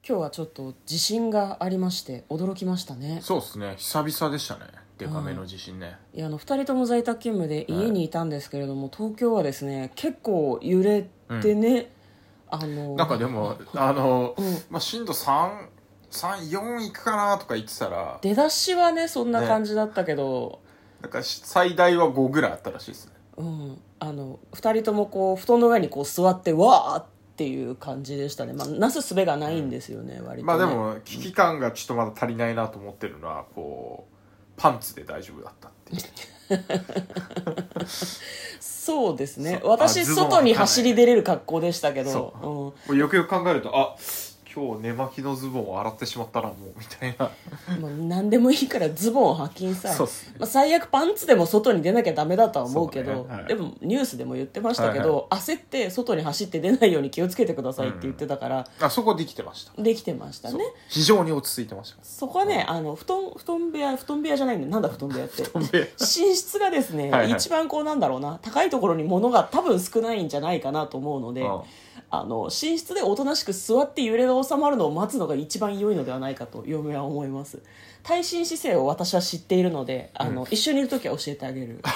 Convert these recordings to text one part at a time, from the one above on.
今日はちょっと地震がありまして驚きましたね。 そうですね、久々でしたね、デカめの地震ね。 いや2人とも在宅勤務で家にいたんですけれども、東京はですね結構揺れてね、 なんかでも震度4いくかなとか言ってたら、 出だしはねそんな感じだったけど、 なんか最大は5ぐらいあったらしいですね。 2人ともこう布団の上にこう座ってわーっていう感じでしたね。なすすべがないんですよね、割とね。 まあでも危機感がちょっとまだ足りないなと思ってるのは、こうパンツで大丈夫だったっていうそうですね、 そう私ズボン外に走り出れる格好でしたけど、 よくよく考えると、今日寝巻きのズボンを洗ってしまったなもうみたいなもう何でもいいからズボンを履きんさい。 そうっすね、 最悪パンツでも外に出なきゃダメだとは思うけど、 そうね、はい、 でもニュースでも言ってましたけど、焦って外に走って出ないように気をつけてくださいって言ってたから、 そこできてました。 できてましたね。 非常に落ち着いてました。 そこはね、布団部屋じゃないんだよ。なんだ布団部屋って寝室がですね、 はいはい、 一番こうなんだろうな、高いところに物が多分少ないんじゃないかなと思うので、寝室でおとなしく座って揺れが収まるのを待つのが一番良いのではないかと嫁は思います。耐震姿勢を私は知っているので、一緒にいる時は教えてあげる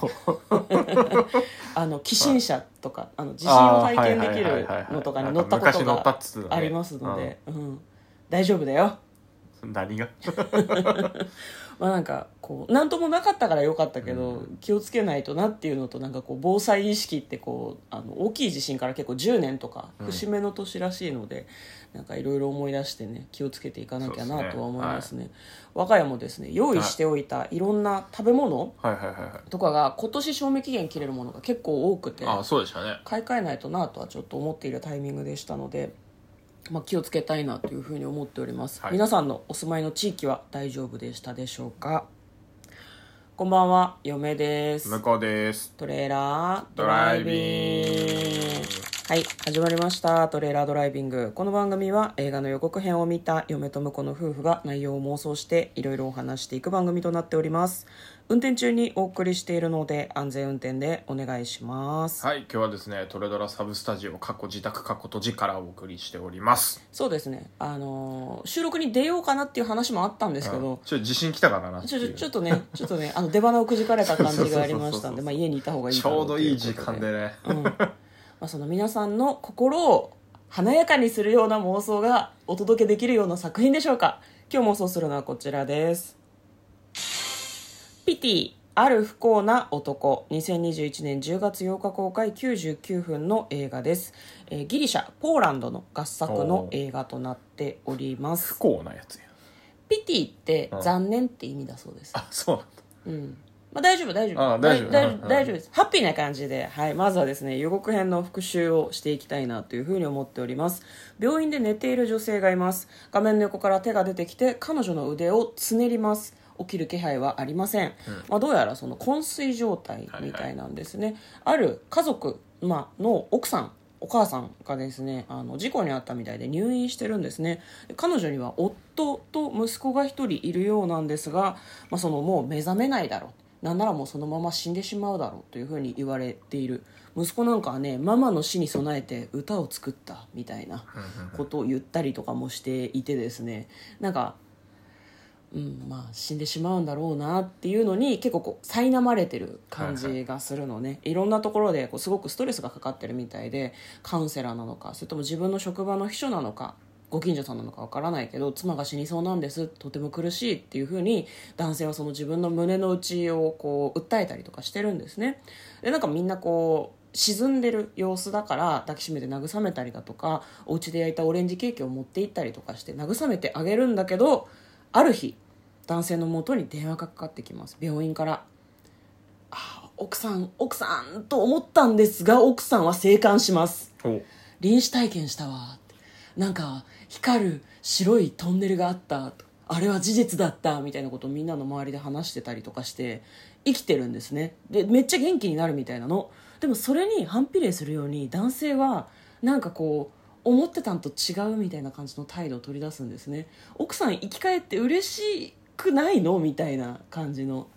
そう寄進車とか地震を体験できるのとかに乗ったことがありますので、大丈夫だよ。 何がなんかこう何ともなかったからよかったけど、気をつけないとなっていうのと、なんかこう防災意識ってこう大きい地震から結構10年とか節目の年らしいので、なんかいろいろ思い出してね、気をつけていかなきゃなとは思いますね。我が家もですね、用意しておいたいろんな食べ物とかが今年賞味期限切れるものが結構多くて、 そうでしたね、 買い替えないとなとはちょっと思っているタイミングでしたので、気をつけたいなというふうに思っております、皆さんのお住まいの地域は大丈夫でしたでしょうか。こんばんは、嫁です。 向こうです。 トレーラードライビング。はい、始まりました。トレーラードライビング。この番組は映画の予告編を見た嫁と婿の夫婦が内容を妄想していろいろお話していく番組となっております。運転中にお送りしているので安全運転でお願いします。 はい、今日はですね、トレドラサブスタジオ自宅閉じからお送りしております。 そうですね、収録に出ようかなっていう話もあったんですけど、 ちょっと地震来たからなっていうちょっとね出花をくじかれた感じがありましたんで、家にいた方がいいかなちょうどいい時間でね、 その皆さんの心を華やかにするような妄想がお届けできるような作品でしょうか。今日妄想するのはこちらです。ピティある不幸な男、2021年10月8日公開、99分の映画です。ギリシャポーランドの合作の映画となっております。 不幸なやつや。 ピティって残念って意味だそうです。 そうなんだ。 大丈夫大丈夫です。ハッピーな感じで、まずはですね、予告編の復習をしていきたいなというふうに思っております。病院で寝ている女性がいます。画面の横から手が出てきて彼女の腕をつねります。起きる気配はありません。どうやらその昏睡状態みたいなんですね。ある家族、の奥さん、お母さんがですね、事故に遭ったみたいで入院してるんですね。彼女には夫と息子が一人いるようなんですが、もう目覚めないだろう、なんならもうそのまま死んでしまうだろうというふうに言われている。息子なんかはね、ママの死に備えて歌を作ったみたいなことを言ったりとかもしていてですね、なんか死んでしまうんだろうなっていうのに結構こう苛まれてる感じがするのね。いろんなところですごくストレスがかかってるみたいで、カウンセラーなのか、それとも自分の職場の秘書なのか、ご近所さんなのかわからないけど、妻が死にそうなんです、とても苦しいっていう風に男性はその自分の胸の内をこう訴えたりとかしてるんですね。でなんかみんなこう沈んでる様子だから抱きしめて慰めたりだとか、お家で焼いたオレンジケーキを持って行ったりとかして慰めてあげるんだけど、ある日男性の元に電話がかかってきます。病院から。奥さんと思ったんですが、奥さんは生還します。臨死体験したわ、なんか光る白いトンネルがあった、あれは事実だったみたいなことをみんなの周りで話してたりとかして生きてるんですね。でめっちゃ元気になるみたいなの。でもそれに反比例するように男性はなんかこう思ってたんと違うみたいな感じの態度を取り出すんですね。奥さん生き返って嬉しくないのみたいな感じの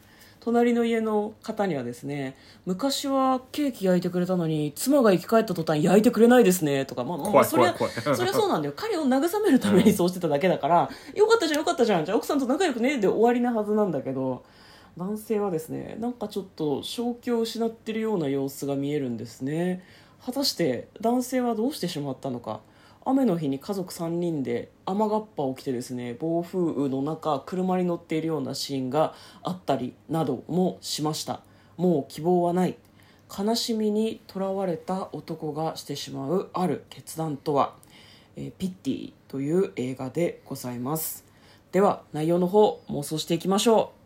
隣の家の方にはですね、昔はケーキ焼いてくれたのに妻が生き返った途端焼いてくれないですねとか、 怖いそりゃ怖い怖いそりゃそうなんだよ、彼を慰めるためにそうしてただけだから、よかったじゃんよかったじゃん、じゃあ奥さんと仲良くねで終わりなはずなんだけど、男性はですね、なんかちょっと正気を失ってるような様子が見えるんですね。果たして男性はどうしてしまったのか。雨の日に家族3人で雨がっぱを着てですね、暴風雨の中車に乗っているようなシーンがあったりなどもしました。もう希望はない、悲しみにとらわれた男がしてしまうある決断とは、ピッティという映画でございます。では内容の方妄想していきましょう。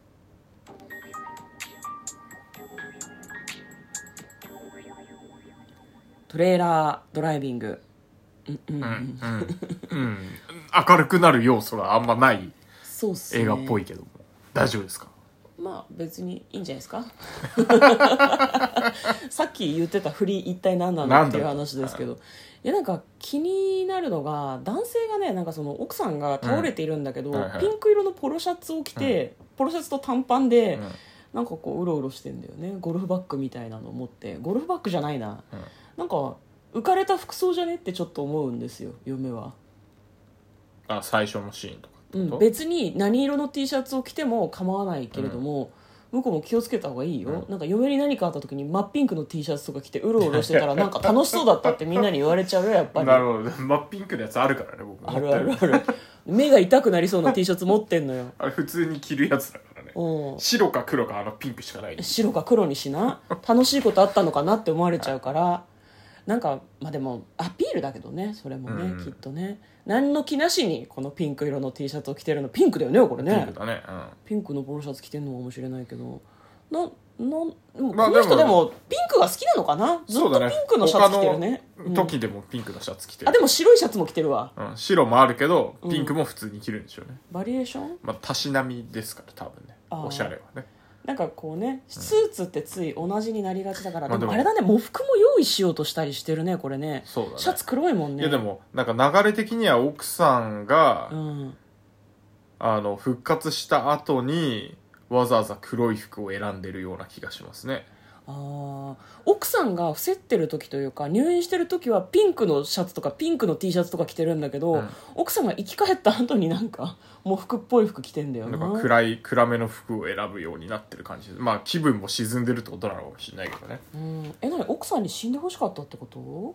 トレーラードライビング。 明るくなる要素があんまないそうっすね、 映画っぽいけども大丈夫ですか？ まあ別にいいんじゃないですかさっき言ってた振り一体何なのっていう話ですけど、いやなんか気になるのが、男性がね、なんかその奥さんが倒れているんだけど、ピンク色のポロシャツを着て、ポロシャツと短パンで、なんかこううろうろしてんだよね。ゴルフバッグみたいなのを持って、ゴルフバッグじゃないな、なんか浮かれた服装じゃねってちょっと思うんですよ、嫁は。 最初のシーンとか別に何色の T シャツを着ても構わないけれども、向こうも気をつけた方がいいよ、なんか嫁に何かあった時に真っピンクの T シャツとか着てうろうろしてたらなんか楽しそうだったってみんなに言われちゃうよ、やっぱり。 なるほど、真っピンクのやつあるからね、僕あるあるある目が痛くなりそうな T シャツ持ってんのよあれ普通に着るやつだからね。白か黒かピンクしかない。 白か黒にしな、楽しいことあったのかなって思われちゃうから、なんかまあでもアピールだけどね、それもね、きっとね、何の気なしにこのピンク色の T シャツを着てるの。ピンクだよねこれね。 ピンクだね、 ピンクのポロシャツ着てんのかもしれないけど、でもこの人でもピンクが好きなのかな、ずっとピンクのシャツ着てるね。 他の時でもピンクのシャツ着てる、 でも白いシャツも着てるわ、 白もあるけどピンクも普通に着るんでしょうね、 バリエーション、 たしなみですから多分ね、おしゃれはね。 なんかこうね、スーツってつい同じになりがちだから、でもあれだね、喪服も用意しようとしたりしてるねこれね。 そうだね、 シャツ黒いもんね。 いやでもなんか流れ的には奥さんが、復活した後にわざわざ黒い服を選んでるような気がしますね。 奥さんが伏せってる時というか入院してる時はピンクのシャツとかピンクの T シャツとか着てるんだけど、奥さんが生き返った後になんかもう服っぽい服着てんだよな。 なんか暗めの服を選ぶようになってる感じで、気分も沈んでるってことなのかもしれないけどね。 何、奥さんに死んでほしかったってこと？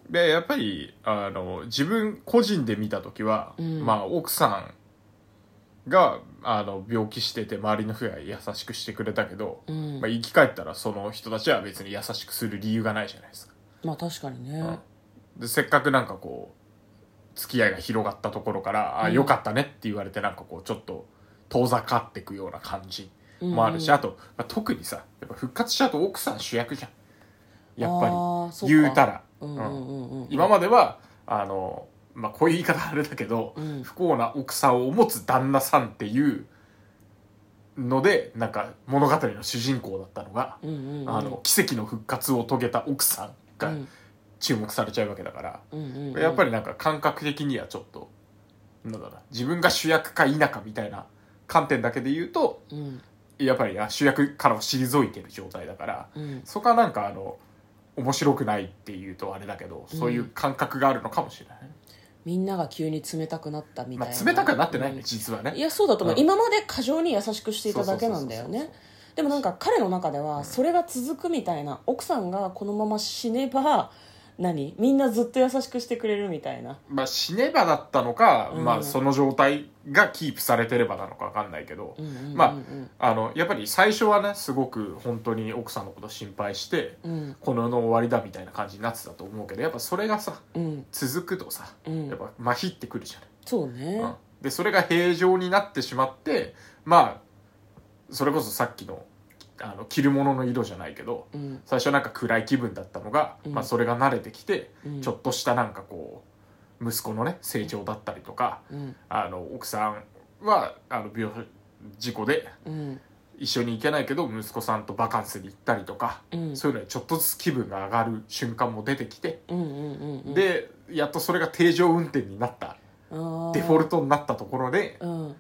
でやっぱり自分個人で見た時は、奥さんが病気してて周りの人が優しくしてくれたけど、生き返ったらその人たちは別に優しくする理由がないじゃないですか。 確かにね、 でせっかくなんかこう付き合いが広がったところから、よかったねって言われてなんかこうちょっと遠ざかっていくような感じもあるし、あと、特にさやっぱ復活しちゃうと奥さん主役じゃん、やっぱり言うたら、今まではこういう言い方あれだけど、不幸な奥さんを持つ旦那さんっていうのでなんか物語の主人公だったのが、奇跡の復活を遂げた奥さんが注目されちゃうわけだから、やっぱりなんか感覚的にはちょっとなんだろうな、自分が主役か否かみたいな観点だけで言うと、やっぱり主役からは退いてる状態だから、そこはなんか面白くないっていうとあれだけど、そういう感覚があるのかもしれない、 みんなが急に冷たくなったみたいな、 冷たくはなってないね、実はね。 いやそうだと思う、今まで過剰に優しくしていただけなんだよね。でもなんか彼の中ではそれが続くみたいな、奥さんがこのまま死ねばみんなずっと優しくしてくれるみたいな、 死ねばだったのか、その状態がキープされてればなのか分かんないけど、やっぱり最初はねすごく本当に奥さんのこと心配して、この世の終わりだみたいな感じになってたと思うけど、やっぱそれがさ、続くとさ、やっぱ麻痺ってくるじゃない。 そうね、 でそれが平常になってしまって、それこそさっきの着るものの色じゃないけど、最初なんか暗い気分だったのが、それが慣れてきて、ちょっとしたなんかこう息子のね成長だったりとか、奥さんは事故で一緒に行けないけど息子さんとバカンスに行ったりとか、そういうのでちょっとずつ気分が上がる瞬間も出てきて、でやっとそれが定常運転になった、デフォルトになったところで、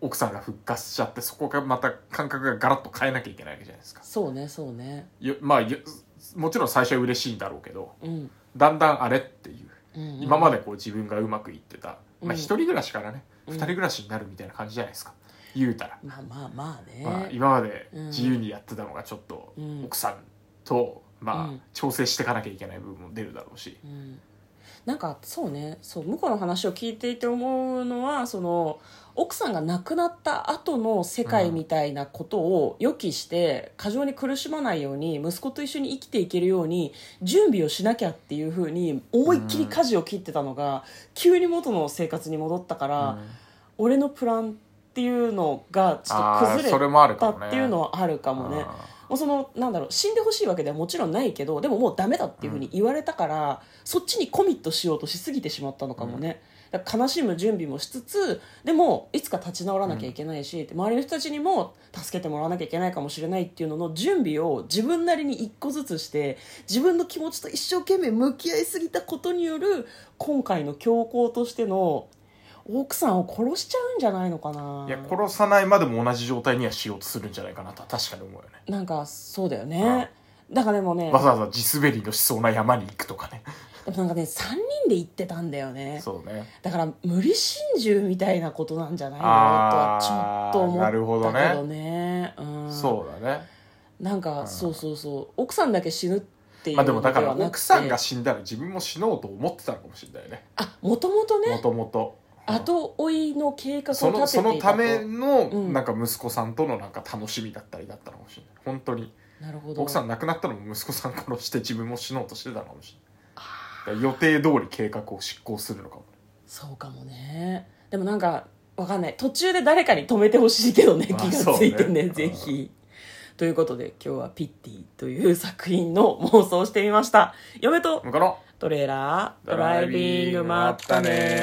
奥さんが復活しちゃって、そこがまた感覚がガラッと変えなきゃいけないわけじゃないですか。 そうねそうね。 まあもちろん最初は嬉しいんだろうけど、 うん、 だんだんあれっていう、 うんうん、 今までこう自分がうまくいってた、まあ、一人暮らしからね、 うん、 二人暮らしになるみたいな感じじゃないですか、言うたら。 まあまあまあね、 まあ、今まで自由にやってたのがちょっと奥さんと、まあ、調整していかなきゃいけない部分も出るだろうし、 なんかそうね、そう向こうの話を聞いていて思うのは、その奥さんが亡くなった後の世界みたいなことを予期して過剰に苦しまないように息子と一緒に生きていけるように準備をしなきゃっていう風に思いっきり舵を切ってたのが急に元の生活に戻ったから、俺のプランっていうのがちょっと崩れたっていうのはあるかもね。もうそのなんだろう、死んでほしいわけではもちろんないけど、でももうダメだっていうふうに言われたから、そっちにコミットしようとしすぎてしまったのかもね。だから悲しむ準備もしつつ、でもいつか立ち直らなきゃいけないし、周りの人たちにも助けてもらわなきゃいけないかもしれないっていうのの準備を自分なりに一個ずつして、自分の気持ちと一生懸命向き合いすぎたことによる今回の強行としての奥さんを殺しちゃうんじゃないのかな。 いや殺さないまでも同じ状態にはしようとするんじゃないかなと確かに思うよね。 なんかそうだよね、だからでもね、 わざわざ地滑りのしそうな山に行くとかね。 でもなんかね3人で行ってたんだよね。 そうね、 だから無理心中みたいなことなんじゃないのとはちょっと思ったけどね。 そうだね。 なんかそうそうそう、奥さんだけ死ぬっていうまあでもだからのではなくて、 奥さんが死んだら自分も死のうと思ってたのかもしれないね。 もともとね、 もともと後追いの計画を立てていたと。 そのためのなんか息子さんとのなんか楽しみだったりだったのかもしれない。本当になるほど、 奥さん亡くなったのも息子さん殺して自分も死のうとしてたのかもしれない。予定通り計画を執行するのかも。 そうかもね。でもなんかわかんない、途中で誰かに止めてほしいけどね、気がついてね、ぜひ。ということで今日はピッティという作品の妄想をしてみました。嫁と向こうのトレーラードライビング、まったね。